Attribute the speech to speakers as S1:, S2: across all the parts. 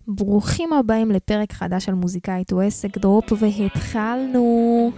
S1: ברוכים הבאים לפרק חדש של מוזיקאית או עסק דרופ, והתחלנו.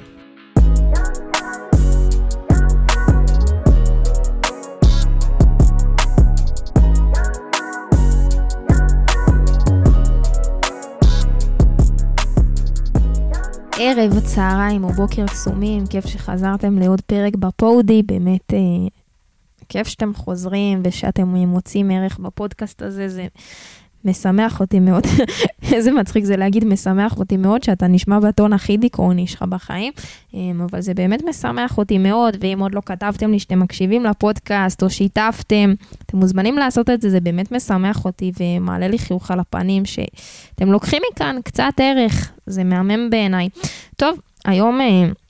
S1: ערב, צהריים או בוקר קסומים, כיף שחזרתם לעוד פרק בפודי, באמת כיף שאתם חוזרים ושאתם מוצאים ערך בפודקאסט הזה, זה משמח אותי מאוד, איזה מצחיק זה להגיד, משמח אותי מאוד שאתה נשמע בטון הכי דיכאוני שלך בחיים, אבל זה באמת משמח אותי מאוד, ואם עוד לא כתבתם לי שאתם מקשיבים לפודקאסט או שיתפתם, אתם מוזמנים לעשות את זה, זה באמת משמח אותי ומעלה לי חיוך על הפנים שאתם לוקחים מכאן קצת ערך, זה מהמם בעיניי. טוב, היום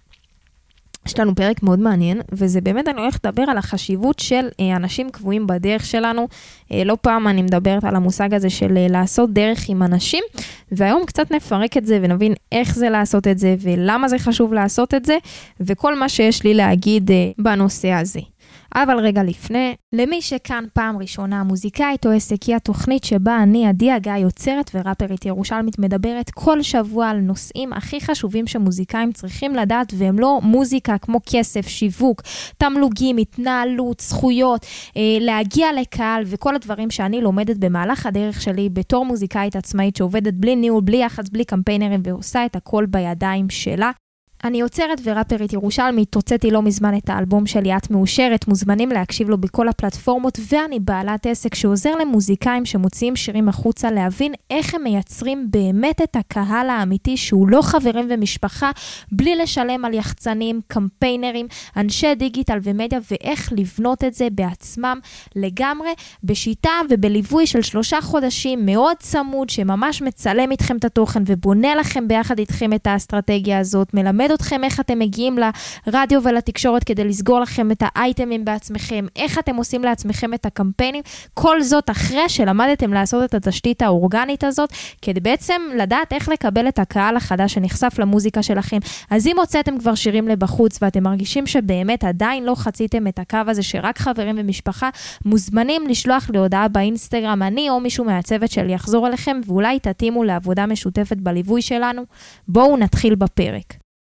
S1: יש לנו פרק מאוד מעניין, וזה באמת אני הולך לדבר על החשיבות של אנשים קבועים בדרך שלנו. לא פעם אני מדברת על המושג הזה של לעשות דרך עם אנשים, והיום קצת נפרק את זה ונבין איך זה לעשות את זה, ולמה זה חשוב לעשות את זה, וכל מה שיש לי להגיד בנושא הזה. אבל רגע לפני, למי שכאן פעם ראשונה, מוזיקאית או עסק היא התוכנית שבה אני, עדי הגיא, יוצרת וראפרית ירושלמית, מדברת כל שבוע על נושאים הכי חשובים שמוזיקאים צריכים לדעת, והם לא מוזיקה כמו כסף, שיווק, תמלוגים, התנהלות, זכויות, להגיע לקהל וכל הדברים שאני לומדת במהלך הדרך שלי בתור מוזיקאית עצמאית שעובדת בלי ניהול, בלי יחץ, בלי קמפיינרים ועושה את הכל בידיים שלה. אני יוצרת וראפרית ירושלמית, תוצאתי לא מזמן את האלבום שלי, את מאושרת, מוזמנים להקשיב לו בכל הפלטפורמות, ואני בעלת עסק שעוזר למוזיקאים שמוציאים שירים החוצה, להבין איך הם מייצרים באמת את הקהל האמיתי, שהוא לא חברים ומשפחה, בלי לשלם על יחצנים, קמפיינרים, אנשי דיגיטל ומדיה, ואיך לבנות את זה בעצמם לגמרי, בשיטה ובליווי של 3 חודשים מאוד צמוד, שממש מצלם איתכם את התוכן, ובונה לכם ביחד איתכם את האסטרטגיה הזאת, מלמד אתכם איך אתם מגיעים לרדיו ולתקשורת כדי לסגור לכם את האייטמים בעצמכם, איך אתם עושים לעצמכם את הקמפיינים, כל זאת אחרי שלמדתם לעשות את התשתית האורגנית הזאת, כדי בעצם לדעת איך לקבל את הקהל החדש שנחשף למוזיקה שלכם. אז אם הוצאתם כבר שירים לבחוץ ואתם מרגישים שבאמת עדיין לא חציתם את הקו הזה שרק חברים ומשפחה, מוזמנים לשלוח לי הודעה באינסטגרם, אני או מישהו מהצוות שלי יחזור אליכם ואולי תתאימו לעבודה משותפת בליווי שלנו. בואו נתחיל בפרק.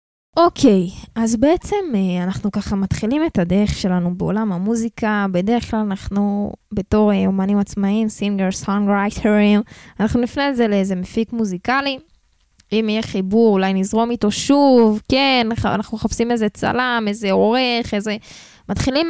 S1: אוקיי, אז בעצם אנחנו ככה מתחילים את הדרך שלנו בעולם המוזיקה, בדרך כלל אנחנו בתור אומנים עצמאיים, סינגר, סונגרייטרים, אנחנו נפנה את זה לאיזה מפיק מוזיקלי, אם יהיה חיבור אולי נזרום איתו שוב, כן, אנחנו חפשים איזה צלם, איזה עורך, איזה, מתחילים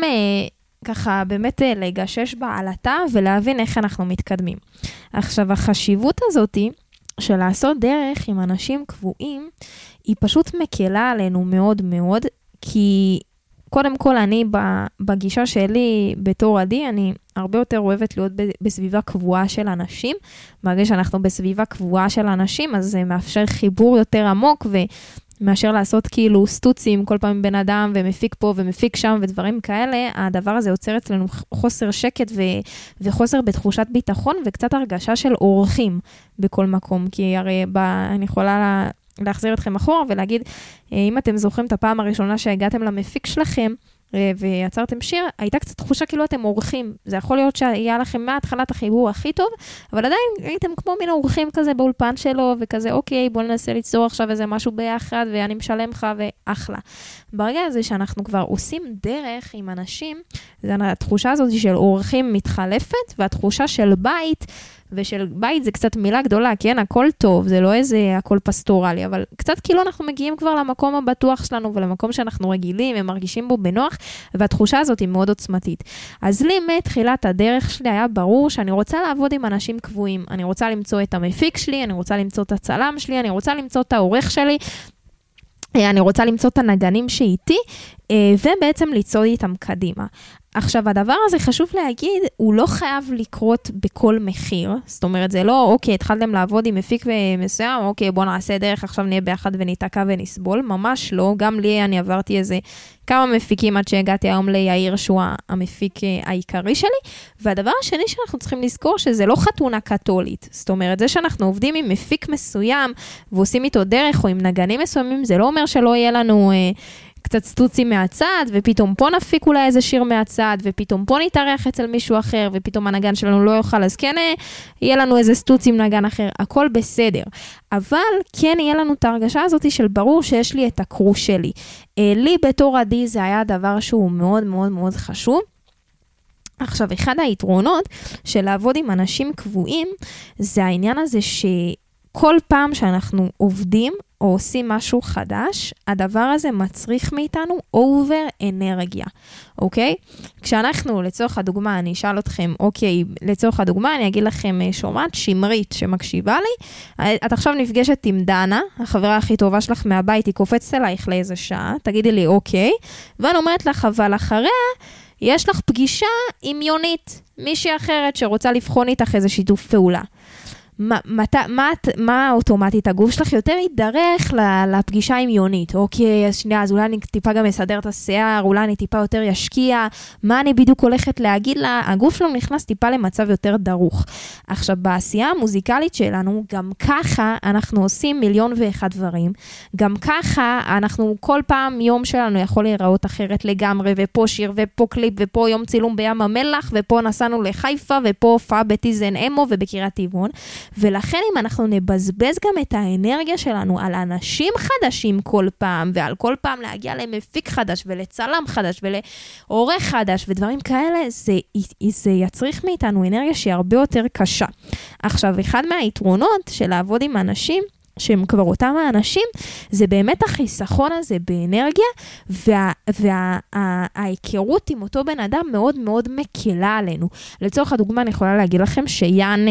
S1: ככה באמת לגשש בעלתה ולהבין איך אנחנו מתקדמים. עכשיו החשיבות הזאת של לעשות דרך עם אנשים קבועים, היא פשוט מקלה עלינו מאוד מאוד, כי קודם כל אני בגישה שלי בתור עדי, אני הרבה יותר אוהבת להיות בסביבה קבועה של אנשים, ברגע שאנחנו בסביבה קבועה של אנשים, אז זה מאפשר חיבור יותר עמוק, ומאשר לעשות כאילו סטוצים כל פעם בן אדם, ומפיק פה ומפיק שם ודברים כאלה, הדבר הזה יוצר אצלנו חוסר שקט וחוסר בתחושת ביטחון, וקצת הרגשה של אורחים בכל מקום, כי הרי אני יכולה להחזיר אתכם אחורה ולהגיד, אם אתם זוכרים את הפעם הראשונה שהגעתם למפיק שלכם, ויצרתם שיר, הייתה קצת תחושה כאילו אתם אורחים. זה יכול להיות שהיה לכם מההתחלת החיבור הכי טוב, אבל עדיין הייתם כמו מין אורחים כזה באולפן שלו, וכזה, אוקיי, בוא ננסה ליצור עכשיו איזה משהו ביחד, ואני משלם לך, ואחלה. ברגע הזה שאנחנו כבר עושים דרך עם אנשים, התחושה הזאת של אורחים מתחלפת, והתחושה של בית, ושל בית זה קצת מילה גדולה, כן, הכל טוב, זה לא איזה הכל פסטורלי, אבל קצת כאילו אנחנו מגיעים כבר למקום הבטוח שלנו, ולמקום שאנחנו רגילים, ומרגישים בו בנוח, והתחושה הזאת היא מאוד עוצמתית. אז לי מתחילת הדרך שלי היה ברור שאני רוצה לעבוד עם אנשים קבועים, אני רוצה למצוא את המפיק שלי, אני רוצה למצוא את הצלם שלי, אני רוצה למצוא את העורך שלי, אני רוצה למצוא את הנגנים שאיתי, ובעצם ליצור איתם קדימה. עכשיו, הדבר הזה חשוב להגיד, הוא לא חייב לקרות בכל מחיר, זאת אומרת, זה לא, אוקיי, התחלתם לעבוד עם מפיק מסוים, אוקיי, בוא נעשה דרך, עכשיו נהיה ביחד וניתקע ונסבול, ממש לא, גם לי אני עברתי איזה כמה מפיקים עד שהגעתי היום ליאיר, שהוא המפיק העיקרי שלי, והדבר השני שאנחנו צריכים לזכור, שזה לא חתונה קתולית, זאת אומרת, זה שאנחנו עובדים עם מפיק מסוים, ועושים איתו דרך, או עם נגנים מסוימים, זה לא אומר שלא יהיה לנו קצת סטוצים מהצד, ופתאום פה נפיק אולי איזה שיר מהצד, ופתאום פה נתארח אצל מישהו אחר, ופתאום הנגן שלנו לא יוכל, אז כן, יהיה לנו איזה סטוצים נגן אחר, הכל בסדר. אבל כן יהיה לנו את ההרגשה הזאת של ברור שיש לי את הקרו שלי. לי בתור עדי זה היה דבר שהוא מאוד מאוד מאוד חשוב. עכשיו, אחד היתרונות של לעבוד עם אנשים קבועים, זה העניין הזה שכל פעם שאנחנו עובדים או עושים משהו חדש, הדבר הזה מצריך מאיתנו אובר אנרגיה, אוקיי? כשאנחנו, לצורך הדוגמה, אני אשאל אתכם, אוקיי, לצורך הדוגמה, אני אגיד לכם, שומעת שמרית שמקשיבה לי, את עכשיו נפגשת עם דנה, החברה הכי טובה שלך מהבית, היא קופצת אלייך לאיזה שעה, תגידי לי, אוקיי, ואני אומרת לך, אבל אחריה, יש לך פגישה עם יונית, מישהי אחרת שרוצה לבחון איתך איזה שיתוף פעולה. מה אוטומטית הגוף שלך יותר ידרך לפגישה עם יונית? אוקיי, אז שנייה, אז אולי אני טיפה גם אסדר את השיער, אולי אני טיפה יותר ישקיע, מה אני בדיוק הולכת להגיד לה? הגוף שלנו נכנס טיפה למצב יותר דרוך. עכשיו, בעשייה המוזיקלית שלנו, גם ככה אנחנו עושים 1,001,000 דברים, גם ככה אנחנו כל פעם יום שלנו יכול להיראות אחרת לגמרי, ופה שיר ופה קליפ, ופה יום צילום בים המלח, ופה נסענו לחיפה, ופה הופעה בטיזן אמו ובקירת טבעון. ולכן אם אנחנו נבזבז גם את האנרגיה שלנו על אנשים חדשים כל פעם, ועל כל פעם להגיע למפיק חדש, ולצלם חדש, ולעורך חדש, ודברים כאלה, זה יצריך מאיתנו אנרגיה שהיא הרבה יותר קשה. עכשיו, אחד מהיתרונות של לעבוד עם אנשים, שהם כבר אותם האנשים, זה באמת החיסכון הזה באנרגיה, וההיכרות עם אותו בן אדם מאוד מאוד מקלה עלינו. לצורך הדוגמה, אני יכולה להגיד לכם שיאן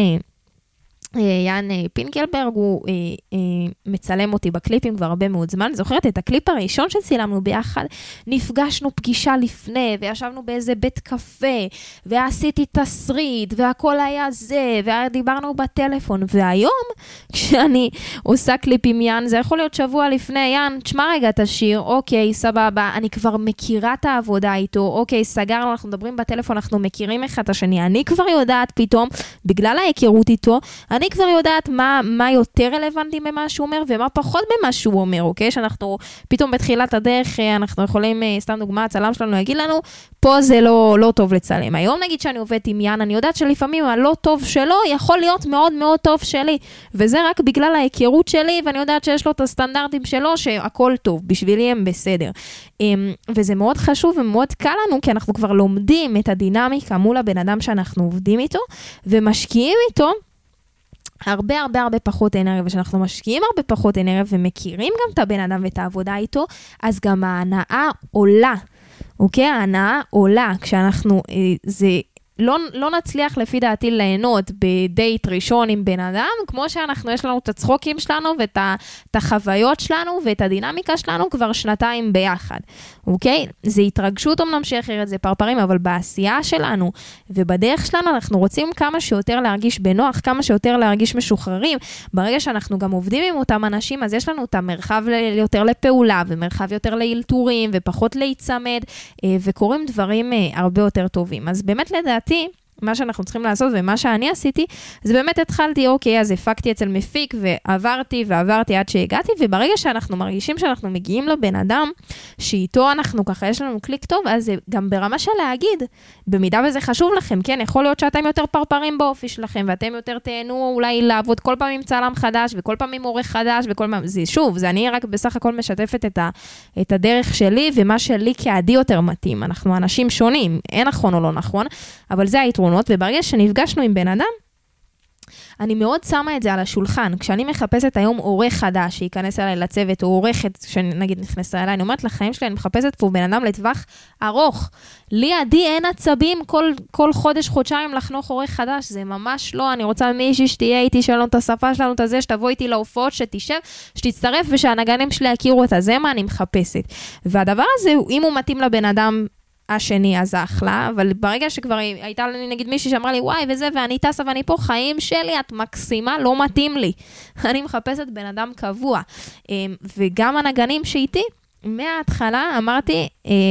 S1: פינקלברג, הוא מצלם אותי בקליפים כבר הרבה מאוד זמן. זוכרת את הקליפ הראשון שצילמנו ביחד, נפגשנו פגישה לפני, וישבנו באיזה בית קפה, ועשיתי תסריט, והכל היה זה, ודיברנו בטלפון, והיום, כשאני עושה קליפ עם יאן, זה יכול להיות שבוע לפני, יאן, תשמע רגע את השיר, אוקיי, סבבה, אני כבר מכירה את העבודה איתו, אוקיי, סגרנו, אנחנו מדברים בטלפון, אנחנו מכירים אחד את השני, אני כבר יודעת פתאום, בגלל ההיכרות איתו, אני כבר יודעת מה יותר רלוונטי ממה שהוא אומר, ומה פחות ממה שהוא אומר, אוקיי? שאנחנו פתאום בתחילת הדרך, אנחנו יכולים, סתם דוגמה, הצלם שלנו יגיד לנו, פה זה לא טוב לצלם. היום נגיד שאני עובדת עם יאן, אני יודעת שלפעמים הלא טוב שלו יכול להיות מאוד מאוד טוב שלי, וזה רק בגלל ההיכרות שלי, ואני יודעת שיש לו את הסטנדרטים שלו, שהכל טוב, בשבילי הם בסדר. וזה מאוד חשוב ומאוד קל לנו, כי אנחנו כבר לומדים את הדינמיקה מול הבן אדם שאנחנו עובדים איתו, ומשקיעים איתו, הרבה פחות אנרגיה, ושאנחנו משקיעים הרבה פחות אנרגיה, ומכירים גם את הבן אדם ואת העבודה איתו, אז גם ההנאה עולה, אוקיי? ההנאה עולה, כשאנחנו, לא נצליח לפי דעתי ליהנות בדייט ראשון עם בן אדם, כמו שאנחנו, יש לנו את הצחוקים שלנו, ואת החוויות שלנו, ואת הדינמיקה שלנו כבר 2 ביחד, אוקיי? זה התרגשות אומנם שאחרת, זה פרפרים, אבל בעשייה שלנו, ובדרך שלנו אנחנו רוצים כמה שיותר להרגיש בנוח, כמה שיותר להרגיש משוחררים, ברגע שאנחנו גם עובדים עם אותם אנשים, אז יש לנו את המרחב יותר לפעולה, ומרחב יותר לאלתורים, ופחות להיצמד, וקוראים דברים הרבה יותר טובים. אז באמת לדעתי, מה שאנחנו צריכים לעשות, ומה שאני עשיתי, זה באמת התחלתי, אוקיי, אז הפקתי אצל מפיק, ועברתי עד שהגעתי, וברגע שאנחנו מרגישים שאנחנו מגיעים לבן אדם, שאיתו אנחנו ככה, יש לנו קליק טוב, אז זה גם ברמה של להגיד, במידה וזה חשוב לכם, כן, יכול להיות שאתם יותר פרפרים באופי שלכם, ואתם יותר תהנו אולי לעבוד כל פעם עם צלם חדש, וכל פעם עם עורך חדש, וכל פעם, זה שוב, זה אני רק בסך הכל משתפת את הדרך שלי, ומה שלי כעדי יותר מתאים. אנחנו אנשים שונים, אין נכון או לא נכון, אבל זה היתרונות, וברגע שנפגשנו עם בן אדם, אני מאוד שמה את זה על השולחן. כשאני מחפשת היום עורך חדש שייכנס אליי לצוות, או עורכת שנגיד נכנסה אליי, אני אומרת לחיים שלי, אני מחפשת פה בן אדם לטווח ארוך. לי עדי אין עצבים כל חודש, חודשיים לחנוך עורך חדש, זה ממש לא, אני רוצה מישהי שתהיה איתי, שלנו את השפה שלנו את הזה, שתבוא איתי להופעות, שתשב, שתצטרף ושהנגנים שלי יכירו את הזה, מה אני מחפשת. והדבר הזה, אם הוא מתאים לבן אדם השני, אז אחלה, אבל ברגע שכבר הייתה לי נגיד מישהי שאמרה לי, וואי וזה, ואני טסה ואני פה, חיים שלי, את מקסימה, לא מתאים לי. אני מחפשת בן אדם קבוע. וגם הנגנים שאיתי, מההתחלה אמרתי,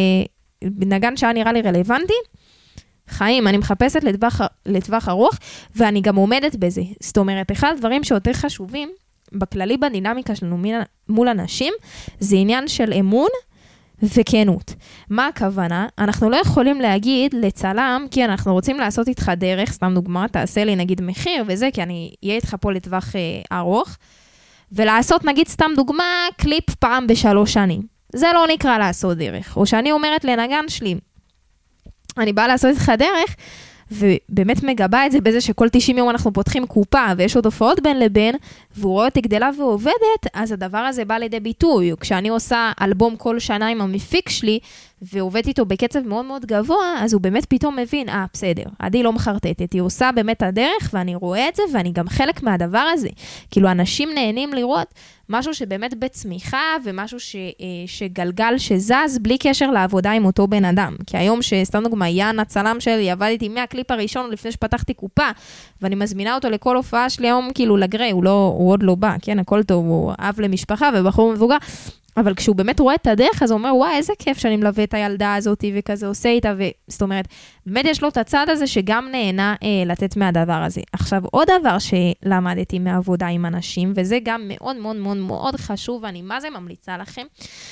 S1: נגן שהיה נראה לי רלוונטי, חיים, אני מחפשת לטווח ארוך, ואני גם עומדת בזה. זאת אומרת, אחד הדברים שיותר חשובים, בכללי בדינמיקה שלנו מול אנשים, זה עניין של אמון, וכנות. מה הכוונה? אנחנו לא יכולים להגיד לצלם, כי אנחנו רוצים לעשות איתך דרך, סתם דוגמה, תעשה לי נגיד מחיר וזה, כי אני אהיה איתך פה לטווח ארוך, ולעשות נגיד סתם דוגמה, קליפ פעם ב3 שנים. זה לא נקרא לעשות דרך. או שאני אומרת לנגן שלי, אני באה לעשות איתך דרך, ובאמת מגבה את זה בזה שכל 90 יום אנחנו פותחים קופה, ויש עוד הופעות בין לבין, והוא רואה אותי גדלה ועובדת, אז הדבר הזה בא לידי ביטוי. כשאני עושה אלבום כל שנה עם המפיק שלי, ועובד איתו בקצב מאוד מאוד גבוה, אז הוא באמת פתאום מבין, בסדר, עדי לא מחרטטת, היא עושה באמת הדרך, ואני רואה את זה, ואני גם חלק מהדבר הזה. כאילו, אנשים נהנים לראות משהו שבאמת בצמיחה, ומשהו שגלגל שזז, בלי קשר לעבודה עם אותו בן אדם. כי היום שסתם דוגמה, יאן הצלם שלי, עבדתי מהקליפ הראשון, לפני שפתחתי קופה, ואני מזמינה אותו לכל הופעה שלי היום, כאילו לגרי, הוא עוד לא בא, כן, הכל טוב, הוא אב למשפחה ובחור מבוגר, אבל כשהוא באמת רואה את הדרך, אז הוא אומר, וואי, איזה כיף שאני מלווה את הילדה הזאת, וכזה עושה איתה, זאת אומרת, באמת יש לו את הצד הזה, שגם נהנה לתת מהדבר הזה. עכשיו, עוד דבר שלמדתי מעבודה עם אנשים, וזה גם מאוד מאוד מאוד מאוד חשוב, ואני מה זה ממליצה לכם,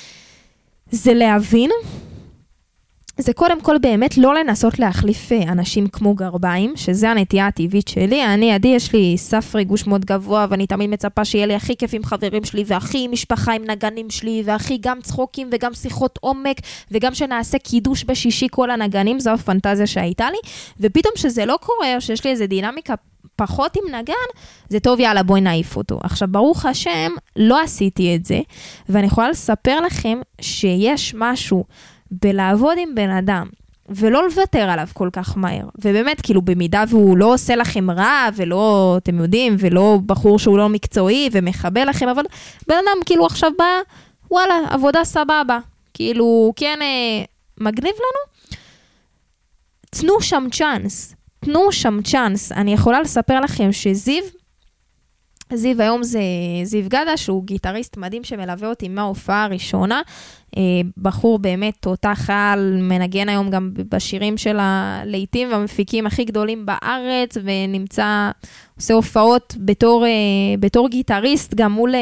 S1: זה להבין, זה קודם כל באמת לא לנסות להחליף אנשים כמו גרביים, שזה הנטייה הטבעית שלי. עדי, יש לי סף ריגוש מאוד גבוה, ואני תמיד מצפה שיהיה לי הכי כיף עם חברים שלי, והכי משפחה עם נגנים שלי, והכי גם צחוקים וגם שיחות עומק, וגם שנעשה קידוש בשישי כל הנגנים, זו הפנטזיה שהייתה לי. ופתאום שזה לא קורה, או שיש לי איזו דינמיקה פחות עם נגן, זה טוב, יאללה, בואי נעיף אותו. עכשיו, ברוך השם, לא עשיתי את זה, ואני יכולה לספר לכם שיש משהו בלעבוד עם בן אדם, ולא לוותר עליו כל כך מהר. ובאמת, כאילו, במידה והוא לא עושה לכם רע, ולא, אתם יודעים, ולא בחור שהוא לא מקצועי, ומחבל לכם, אבל בן אדם כאילו עכשיו בא, וואלה, עבודה סבבה. כאילו, כן, מגניב לנו. תנו שם צ'אנס. תנו שם צ'אנס. אני יכולה לספר לכם שזיו היום זה זיו גדה, שהוא גיטריסט מדהים שמלווה אותי מההופעה הראשונה, בחור באמת תותח על, מנגן היום גם בשירים של הלהיטים והמפיקים הכי גדולים בארץ, ונמצא, עושה הופעות בתור גיטריסט, גם מול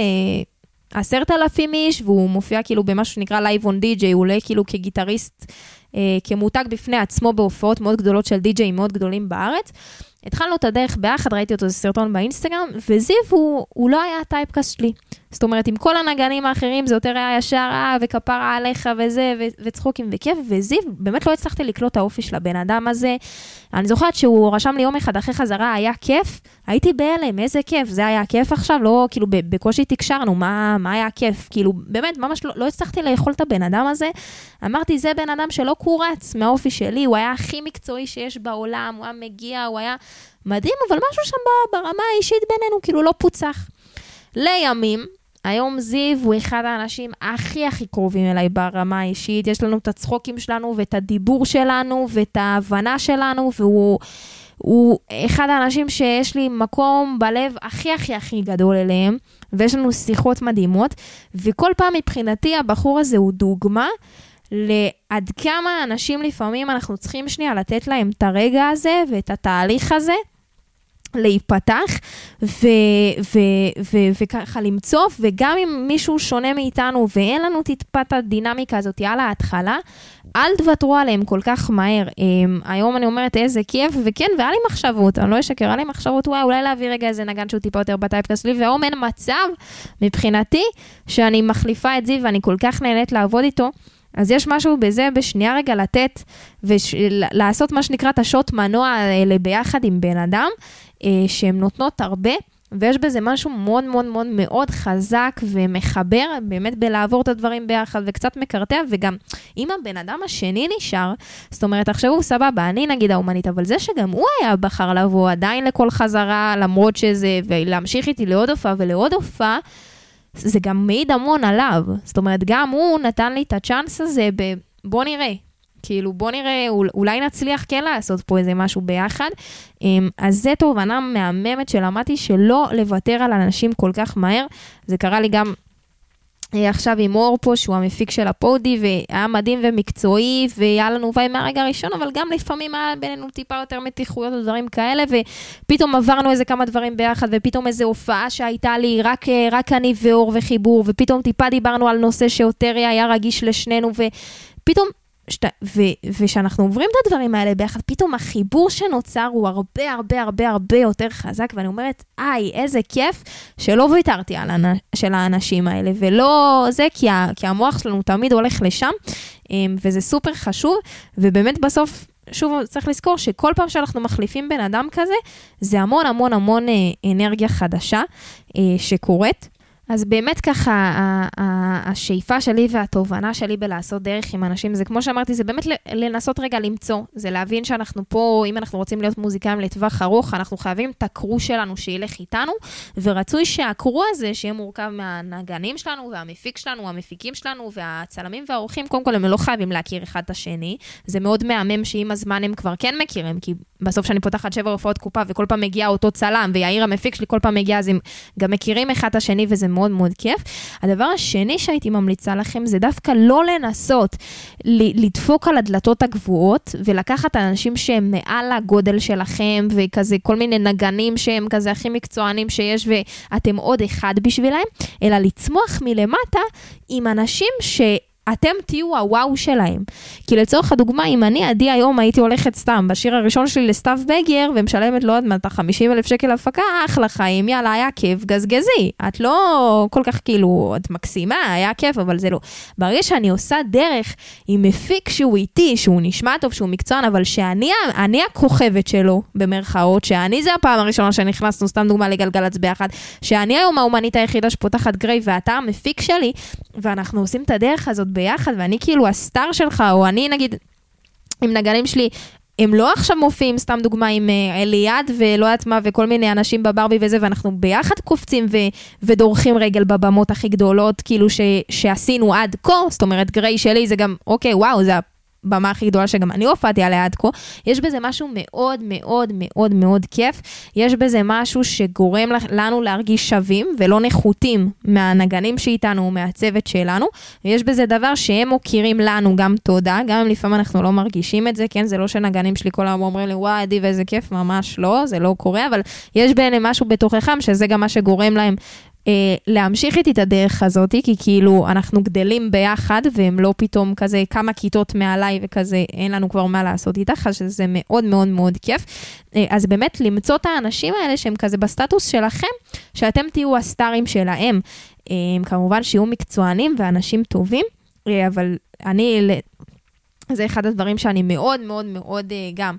S1: 10,000 איש, והוא מופיע כאילו במשהו שנקרא Live on DJ, הוא עולה כאילו כגיטריסט, כמותג בפני עצמו בהופעות מאוד גדולות של די-ג'יי מאוד גדולים בארץ. התחלנו את הדרך ביחד, ראיתי אותו, זה סרטון באינסטגרם, וזיו הוא לא היה הטייפקאסט שלי. זאת אומרת, עם כל הנגנים האחרים, זה יותר היה ישר, וכפרה עליך וזה, וצחוקים וכיף, וזיו, באמת לא הצלחתי לקלוט האופי של הבן אדם הזה. אני זוכרת שהוא רשם לי יום אחד אחרי חזרה, היה כיף, הייתי בהלם, איזה כיף, זה היה כיף עכשיו, לא, כאילו, בקושי תקשרנו, מה היה כיף? כאילו, באמת, ממש לא הצלחתי לאכול את הבן אדם הזה. אמרתי, זה בן אדם שלא קורץ מהאופי שלי, הוא היה הכי מקצועי שיש בעולם, הוא היה מגיע, הוא היה מדהים, אבל משהו שם ברמה האישית בינינו, כאילו לא פוצח. לימים, היום זיו הוא אחד האנשים הכי קרובים אליי ברמה האישית, יש לנו את הצחוקים שלנו ואת הדיבור שלנו ואת ההבנה שלנו, והוא אחד האנשים שיש לי מקום בלב הכי גדול אליהם, ויש לנו שיחות מדהימות, וכל פעם מבחינתי הבחור הזה הוא דוגמה, לעד כמה אנשים לפעמים אנחנו צריכים שנייה לתת להם את הרגע הזה ואת התהליך הזה, להיפתח וככה למצוף, וגם אם מישהו שונה מאיתנו ואין לנו טיפת הדינמיקה הזאת על ההתחלה, אל תוותרו עליהם כל כך מהר. היום אני אומרת איזה כיף, וכן, והיה לי מחשבות, אני לא אשקר, היה לי מחשבות, אולי להביא רגע איזה נגן שהוא טיפה יותר בטייפקאסט לי, והיום אין מצב מבחינתי שאני מחליפה את זיו ואני כל כך נהנית לעבוד איתו. אז יש משהו בזה בשנייה רגע לתת, ולעשות מה שנקרא את השוט מנוע האלה ביחד עם בן אדם, שהן נותנות הרבה, ויש בזה משהו מאוד מאוד מאוד מאוד חזק ומחבר, באמת בלעבור את הדברים ביחד, וקצת מקרטע, וגם אם הבן אדם השני נשאר, זאת אומרת, עכשיו הוא סבבה, אני נגיד האומנית, אבל זה שגם הוא היה בחר לבוא עדיין לכל חזרה, למרות שזה, ולהמשיך איתי לעוד הופעה ולעוד הופעה, זה גם מעיד המון עליו. זאת אומרת, גם הוא נתן לי את הצ'אנס הזה בוא נראה. כאילו, בוא נראה, אולי נצליח כן לעשות פה איזה משהו ביחד. אז זה תובנה מהממת שלמדתי שלא לוותר על אנשים כל כך מהר. זה קרה לי גם עכשיו עם אור פה, שהוא המפיק של הפודי, והיה מדהים ומקצועי, והיה לנו וואי מהרגע הראשון, אבל גם לפעמים היה בינינו טיפה יותר מתיחויות ודברים כאלה, ופתאום עברנו איזה כמה דברים ביחד, ופתאום איזו הופעה שהייתה לי רק אני ואור וחיבור, ופתאום טיפה דיברנו על נושא שיותר היה רגיש לשנינו, ופתאום ושאנחנו עוברים את הדברים האלה ביחד, פתאום החיבור שנוצר הוא הרבה הרבה הרבה הרבה יותר חזק, ואני אומרת, איזה כיף שלא ויתרתי של האנשים האלה, ולא זה, כי המוח שלנו תמיד הולך לשם, וזה סופר חשוב, ובאמת בסוף, שוב צריך לזכור שכל פעם שאנחנו מחליפים בן אדם כזה, זה המון המון המון אנרגיה חדשה שקורית, אז באמת ככה, השאיפה שלי והתובנה שלי בלעשות דרך עם אנשים, זה כמו שאמרתי, זה באמת לנסות רגע למצוא, זה להבין שאנחנו פה, אם אנחנו רוצים להיות מוזיקאים לטווח ארוך, אנחנו חייבים את הקרו שלנו שילך איתנו, ורצוי שהקרו הזה, שיהיה מורכב מהנגנים שלנו, והמפיק שלנו, המפיקים שלנו, והצלמים והאורחים, קודם כל הם לא חייבים להכיר אחד את השני, זה מאוד מהמם שעם הזמן הם כבר כן מכירים, כי בסוף שאני פותחת 7 הופעות קופה, וכל פעם מגיע אותו צלם, ויאיר המפיק שלי כל פעם מגיע, אז הם גם מכירים אחד את השני, וזה מאוד מאוד כיף. הדבר השני שהייתי ממליצה לכם, זה דווקא לא לנסות לדפוק על הדלתות הגבוהות, ולקחת אנשים שהם מעל הגודל שלכם, וכזה כל מיני נגנים שהם כזה הכי מקצוענים שיש, ואתם עוד אחד בשבילהם, אלא לצמוח מלמטה עם אנשים אתם תהיו הוואו שלהם. כי לצורך הדוגמה, אם אני עדי היום הייתי הולכת סתם בשיר הראשון שלי לסתיו בגר, ומשלמת לו עד 50,000 שקל הפקה, אחלה חיים, יאללה, היה כיף, גזגזי. את לא כל כך כאילו, את מקסימה, היה כיף, אבל זה לא. ברגע שאני עושה דרך עם מפיק שהוא איתי, שהוא נשמע טוב, שהוא מקצוען, אבל שאני הכוכבת שלו, במרכאות, שאני זה הפעם הראשונה שנכנסנו, סתם דוגמה לגלגלצ ביחד, שאני היום האומנית היחידה שפותחת גריי, ואתה המפיק שלי, ואנחנו עושים את הדרך הזאת ביחד, ואני כאילו הסטאר שלך, או אני נגיד, עם נגנים שלי, הם לא עכשיו מופיעים, סתם דוגמה עם אליעד ולא עצמה וכל מיני אנשים בברבי וזה, ואנחנו ביחד קופצים ודורכים רגל בבמות הכי גדולות, כאילו שעשינו עד כה, זאת אומרת גריי שלי זה גם, אוקיי, וואו, זה במה הכי גדולה שגם אני הופעתי עליה עד כה, יש בזה משהו מאוד מאוד מאוד מאוד כיף, יש בזה משהו שגורם לנו להרגיש שווים ולא נחותים מהנגנים שאיתנו, מהצוות שלנו, ויש בזה דבר שהם מוכירים לנו גם תודה, גם אם לפעמים אנחנו לא מרגישים את זה, כן, זה לא שנגנים שלי כל היום אומרים לי, וואי, עדי ואיזה כיף, ממש לא, זה לא קורה, אבל יש ביניהם משהו בתוככם, שזה גם מה שגורם להם להמשיך איתי את הדרך הזאת, כי כאילו אנחנו גדלים ביחד, והם לא פתאום כזה כמה כיתות מעליי, וכזה אין לנו כבר מה לעשות איתך, שזה מאוד מאוד מאוד כיף. אז באמת למצוא את האנשים האלה, שהם כזה בסטטוס שלכם, שאתם תהיו הסטארים שלהם, כמובן שיהיו מקצוענים ואנשים טובים, אבל זה אחד הדברים שאני מאוד מאוד מאוד גם,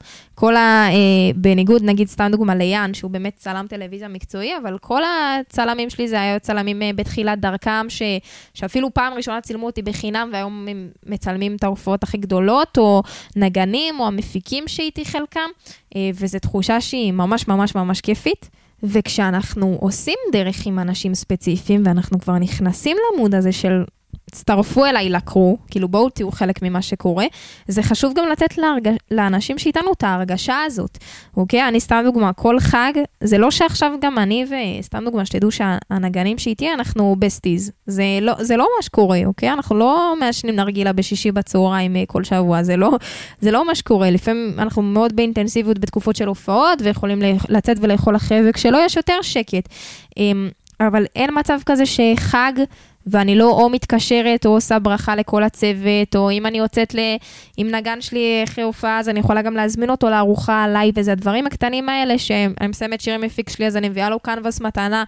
S1: בניגוד נגיד סתם דוגמה ליאן, שהוא באמת צלם טלוויזיה מקצועי, אבל כל הצלמים שלי זה היה צלמים בתחילת דרכם, שאפילו פעם ראשונה צילמו אותי בחינם, והיום הם מצלמים את ההופעות הכי גדולות, או נגנים, או המפיקים שאיתי חלקם, וזו תחושה שהיא ממש ממש ממש כיפית. וכשאנחנו עושים דרך עם אנשים ספציפיים, ואנחנו כבר נכנסים למוד הזה של תצטרפו אליי לקרו, כאילו בואו תהיו חלק ממה שקורה, זה חשוב גם לתת לאנשים שאיתנו את ההרגשה הזאת, אוקיי? אני סתם דוגמה, כל חג, זה לא שעכשיו גם אני וסתם דוגמה, שתדעו שהנגנים שאיתי, אנחנו בסטיז, זה לא מה שקורה, אוקיי? אנחנו לא מעשנים נרגילה בשישי בצהריים כל שבוע, זה לא מה שקורה, לפעמים אנחנו מאוד באינטנסיביות בתקופות של הופעות, ויכולים לצאת ולאכול אחרי, וכשלא יש יותר שקט, אבל אין מצב כזה שחג, ואני לא או מתקשרת או עושה ברכה לכל הצוות, או אם אני יוצאת עם נגן שלי אחרי הופעה, אז אני יכולה גם להזמין אותו לארוחה עליי, וזה הדברים הקטנים האלה, שאני מסיימת שירים מפיק שלי, אז אני מביאה לו קנבס מתנה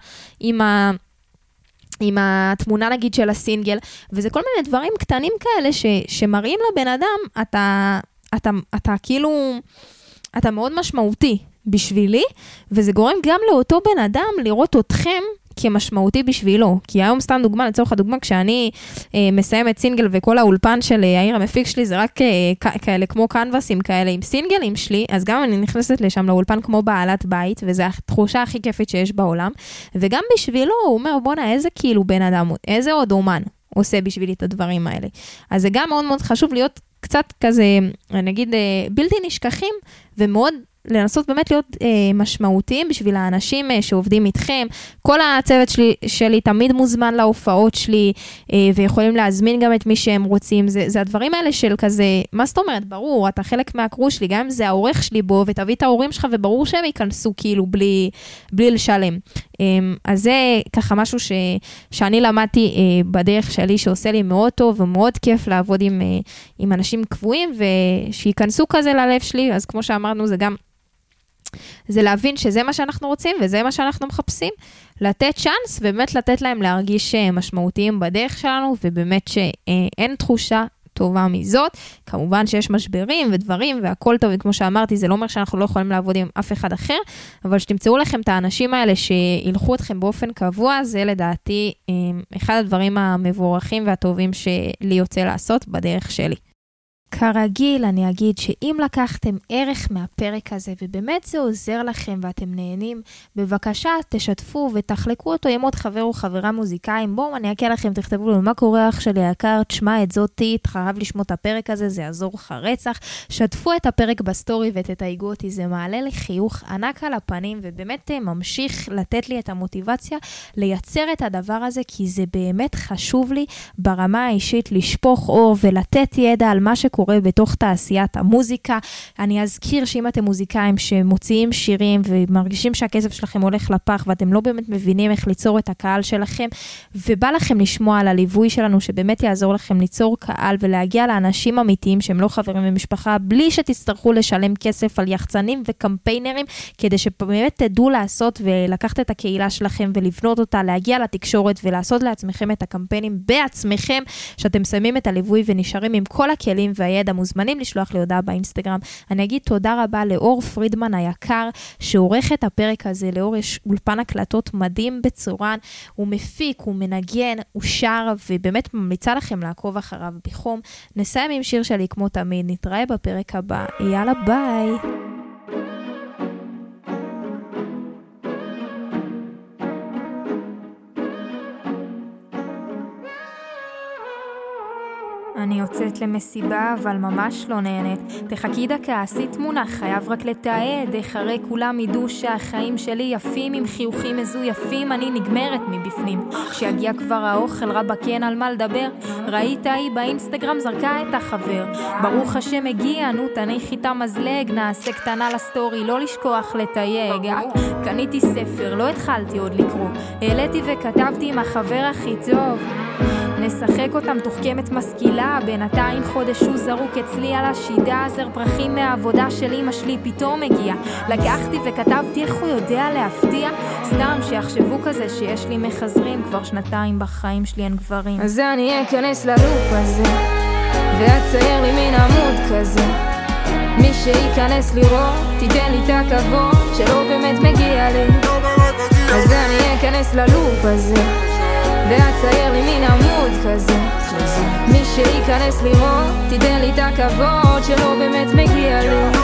S1: עם התמונה נגיד של הסינגל, וזה כל מיני דברים קטנים כאלה, שמראים לבן אדם, אתה כאילו, אתה מאוד משמעותי בשבילי, וזה גורם גם לאותו בן אדם לראות אתכם, כמשמעותי בשבילו, כי היום סתם דוגמה, לצורך הדוגמה, כשאני מסיימת סינגל וכל האולפן של יאיר המפיק שלי, זה רק כאלה כמו קנבסים כאלה עם סינגלים שלי, אז גם אני נכנסת לשם לאולפן כמו בעלת בית, וזו התחושה הכי כיפית שיש בעולם, וגם בשבילו הוא אומר, בונה, איזה כאילו בן אדם, איזה עוד אומן עושה בשבילי את הדברים האלה. אז זה גם מאוד מאוד חשוב להיות קצת כזה, נגיד, בלתי נשכחים, ומאוד לנסות באמת להיות משמעותיים בשביל האנשים שעובדים איתכם. כל הצוות שלי תמיד מוזמן להופעות שלי, ויכולים להזמין גם את מי שהם רוצים. זה הדברים האלה של כזה, מה זאת אומרת? ברור, אתה חלק מהקרו שלי, גם אם זה העורך שלי בו, ותביא את ההורים שלך, וברור שהם ייכנסו כאילו בלי לשלם. אז זה ככה משהו שאני למדתי בדרך שלי, שעושה לי מאוד טוב ומאוד כיף לעבוד עם אנשים קבועים, ושיכנסו כזה ללב שלי. אז כמו שאמרנו, זה להבין שזה מה שאנחנו רוצים, וזה מה שאנחנו מחפשים, לתת צ'אנס, ובאמת לתת להם להרגיש משמעותיים בדרך שלנו, ובאמת שאין תחושה טובה מזאת. כמובן שיש משברים ודברים, והכל טוב, וכמו שאמרתי, זה לא אומר שאנחנו לא יכולים לעבוד עם אף אחד אחר, אבל שתמצאו לכם את האנשים האלה שילכו אתכם באופן קבוע, זה לדעתי אחד הדברים המבורכים והטובים שלי יוצא לעשות בדרך שלי. כרגיל, אני אגיד שאם לקחתם ערך מהפרק הזה, ובאמת זה עוזר לכם ואתם נהנים, בבקשה תשתפו ותחלקו אותו עם עוד חבר או חברה מוזיקאים. בואו, אני אקל לכם, תכתבו לו, מה קורה אח שלי היקר, תשמע את זאתי, תחרב לשמוע את הפרק הזה, זה יעזור לך רצח. שתפו את הפרק בסטורי ותתייגו אותי, זה מעלה לי חיוך ענק על הפנים, ובאמת ממשיך לתת לי את המוטיבציה לייצר את הדבר הזה, כי זה באמת חשוב לי ברמה האישית לשפוך אור ולתת ידע על מה שקורה בתוך תעשיית המוזיקה. אני אזכיר שאם אתם מוזיקאים שמוציאים שירים ומרגישים שהכסף שלכם הולך לפח ואתם לא באמת מבינים איך ליצור את הקהל שלכם, ובא לכם לשמוע על הליווי שלנו שבאמת יעזור לכם ליצור קהל ולהגיע לאנשים אמיתיים שהם לא חברים ומשפחה, בלי שתצטרכו לשלם כסף על יחצנים וקמפיינרים, כדי שבאמת תדעו לעשות ולקחת את הקהילה שלכם ולבנות אותה, להגיע לתקשורת ולעשות לעצמכם את הקמפיינים בעצמכם, שאתם שמים את הליווי ונשארים עם כל הכלים והידע. מוזמנים לשלוח לי הודעה באינסטגרם. אני אגיד תודה רבה לאור פרידמן היקר, שעורך את הפרק הזה. לאור יש אולפן הקלטות מדהים בצורן, הוא מפיק, הוא מנגן, הוא שר, ובאמת ממליצה לכם לעקוב אחריו בחום. נסיים עם שיר שלי כמו תמיד, נתראה בפרק הבא. יאללה ביי. אני יוצאת למסיבה, אבל ממש לא נהנית. תחכי דקה, עשית תמונה, חייב רק לתעד. אחרי כולם ידעו שהחיים שלי יפים, עם חיוכים מזויפים, אני נגמרת מבפנים. כשיגיע כבר האוכל, רבא כן על מה לדבר. ראית היא באינסטגרם זרקה את החבר. ברוך השם הגיע, נו תניחי את המזלג, נעשה קטנה לסטורי, לא לשכוח לתייג. קניתי ספר, לא התחלתי עוד לקרוא. העליתי וכתבתי עם החבר הכי טוב. נשחק אותם תוחכמת משכילה, בינתיים חודש הוא זרוק אצלי על השידה, זר פרחים מהעבודה של אמא שלי פתאום הגיע. לקחתי וכתבתי איך הוא יודע להפתיע, סתם שיחשבו כזה שיש לי מחזרים, כבר שנתיים בחיים שלי אין גברים. אז אני אכנס ללופ הזה ואצייר לי מין עמוד כזה, מי שיכנס לראות תיתן לי את הכבוד שלא באמת מגיע לי. אז אני אכנס ללופ הזה ואצייר לי מין עמוד כזה, מי שיכנס לראות תיתן לי את הכבוד שלא באמת מגיע לי.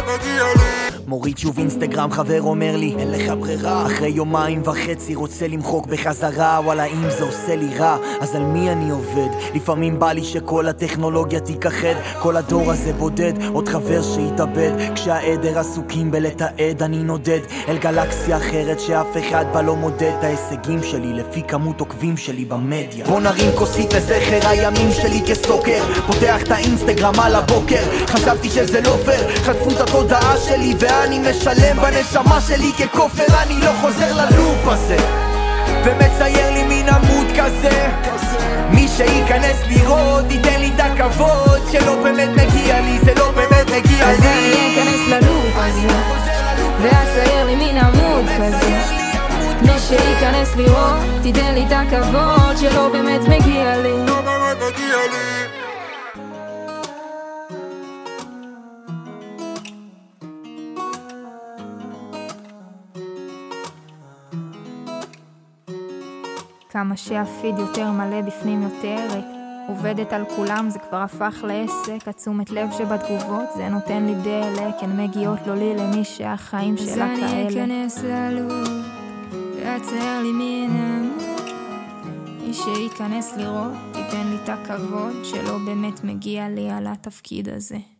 S2: מוריד שוב אינסטגרם, חבר אומר לי אין לך ברירה, אחרי יומיים וחצי רוצה למחוק בחזרה, וואלה אם זה עושה לי רע אז על מי אני עובד? לפעמים בא לי שכל הטכנולוגיה תיכחד, כל הדור הזה בודד, עוד חבר שיתאבד, כשהעדר עסוקים בלתעד אני נודד אל גלקסיה אחרת שאף אחד בה לא מודד את ההישגים שלי לפי כמות עוקבים שלי במדיה. בוא נרים כוסית לזכר הימים שלי כסטוקר, פותח את האינסטגרם על הבוקר, חשבתי שזה לא פייר, חטפו את התודעה שלי ואני משלם בנשמה שלי ככופר, אני לא חוזר ללופ הזה ומצייר לי מין עמוד כזה, מי שיכנס לראות ייתן לי את הכבוד שלא באמת מגיע לי, זה לא באמת מגיע לי.
S1: אז אני אכנס ללופ הזה ואצייר לי מין עמוד כזה, מי שיכנס לראות תיתן לי את הכבוד שלא באמת מגיע לי. כמה שהפיד יותר מלא בפנים יותר ריק, עובדת על כולם זה כבר הפך לעסק, עצומת לב שבתגובות זה נותן לי דלק, הן מגיעות לא לי למי שהחיים שלה כאלה. אז אני אכנס ללופ ואצייר לי מין עמוד, מי שיכנס לראות תיתן לי את הכבוד שלא באמת מגיע לי על התפקיד הזה.